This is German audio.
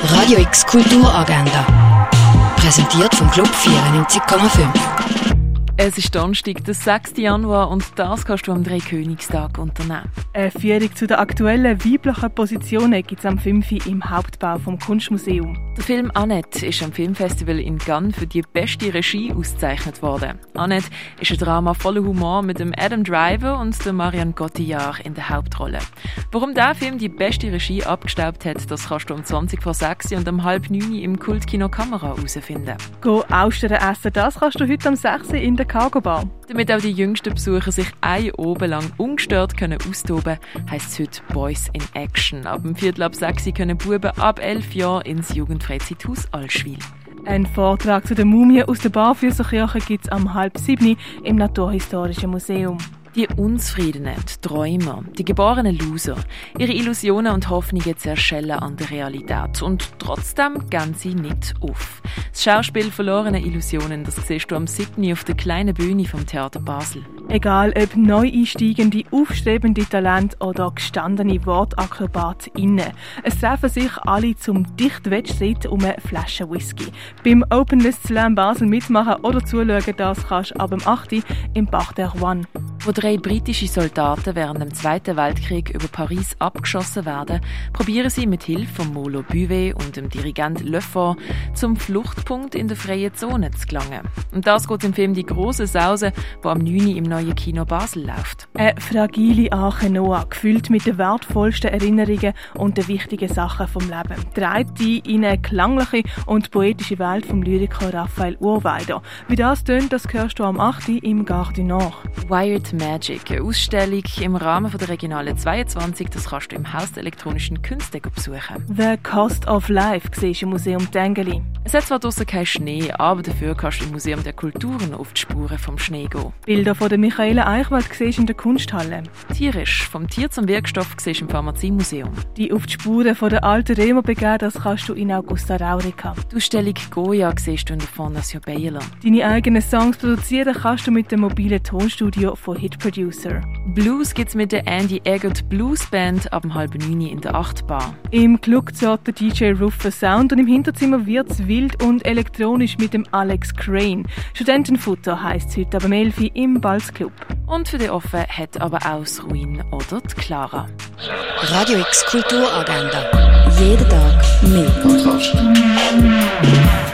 Radio X Kulturagenda. Präsentiert vom Club 94,5. Es ist Donnerstag, der 6. Januar, und das kannst du am Dreikönigstag unternehmen. Eine Führung zu den aktuellen weiblichen Positionen gibt es am 5. Uhr im Hauptbau vom Kunstmuseum. Der Film «Annette» ist am Filmfestival in Cannes für die beste Regie ausgezeichnet worden. «Annette» ist ein Drama voller Humor mit dem Adam Driver und der Marion Cotillard in der Hauptrolle. Warum dieser Film die beste Regie abgestaubt hat, das kannst du um 20:06 und um 8:30 im Kultkino Kamera herausfinden. Go Austern essen, das kannst du heute am 6. Uhr in der Cargo Bar. Damit auch die jüngsten Besucher sich ein Abend lang ungestört austoben können, heisst es heute «Boys in Action». Ab dem 5:45 können Buben ab 11 Jahren ins Jugendfreizeithaus Allschwil. Ein Vortrag zu den Mumien aus der Barfüßerkirche gibt es am 6:30 im Naturhistorischen Museum. Die Unzufriedenen, die Träumer, die geborenen Loser. Ihre Illusionen und Hoffnungen zerschellen an der Realität. Und trotzdem gehen sie nicht auf. Das Schauspiel «Verlorene Illusionen», das siehst du am 7. auf der kleinen Bühne vom Theater Basel. Egal ob neu einsteigende, aufstrebende Talente oder gestandene WortakrobatInnen. Es treffen sich alle zum dichten Wettstreit um eine Flasche Whisky. Beim Openness Slam Basel mitmachen oder zuschauen, das kannst du ab dem 8. im Parc der One. Wo 3 britische Soldaten während dem Zweiten Weltkrieg über Paris abgeschossen werden, probieren sie mit Hilfe von Molo Buvet und dem Dirigent Lefort zum Fluchtpunkt in der freien Zone zu gelangen. Und das geht im Film «Die große Sause», der am 9. im neuen Kino Basel läuft. Eine fragile Arche Noah, gefüllt mit den wertvollsten Erinnerungen und den wichtigen Sachen vom Leben, trägt die in eine klangliche und poetische Welt vom Lyriker Raphael Urweider. Wie das tönt, das hörst du am 8. im Gare du Nord. Wired Magic, eine Ausstellung im Rahmen der Regionale 22, das kannst du im Haus der elektronischen Künste besuchen. «The Cost of Life» siehst du im Museum Tengeli. Es hat zwar draussen keinen Schnee, aber dafür kannst du im Museum der Kulturen auf die Spuren vom Schnee gehen. Bilder von der Michaela Eichwald siehst du in der Kunsthalle. Tierisch, vom Tier zum Wirkstoff siehst du im Pharmaziemuseum. Die auf die Spuren von der alten Römer begeben, das kannst du in Augusta Raurica. Die Ausstellung «Goya» siehst du in der Fondation Baylor. Deine eigenen Songs produzieren kannst du mit dem mobilen Tonstudio von Hit Producer. Blues gibt's mit der Andy Eggert Blues Band ab 8:30 in der 8 Bar. Im Club zahlt der DJ Rufus Sound und im Hinterzimmer wird's wild und elektronisch mit dem Alex Crane. Studentenfutter heisst es heute ab 11 im Balzclub. Und für die Offen hat aber auch das Ruin oder die Clara. Radio X Kulturagenda. Jeden Tag mehr.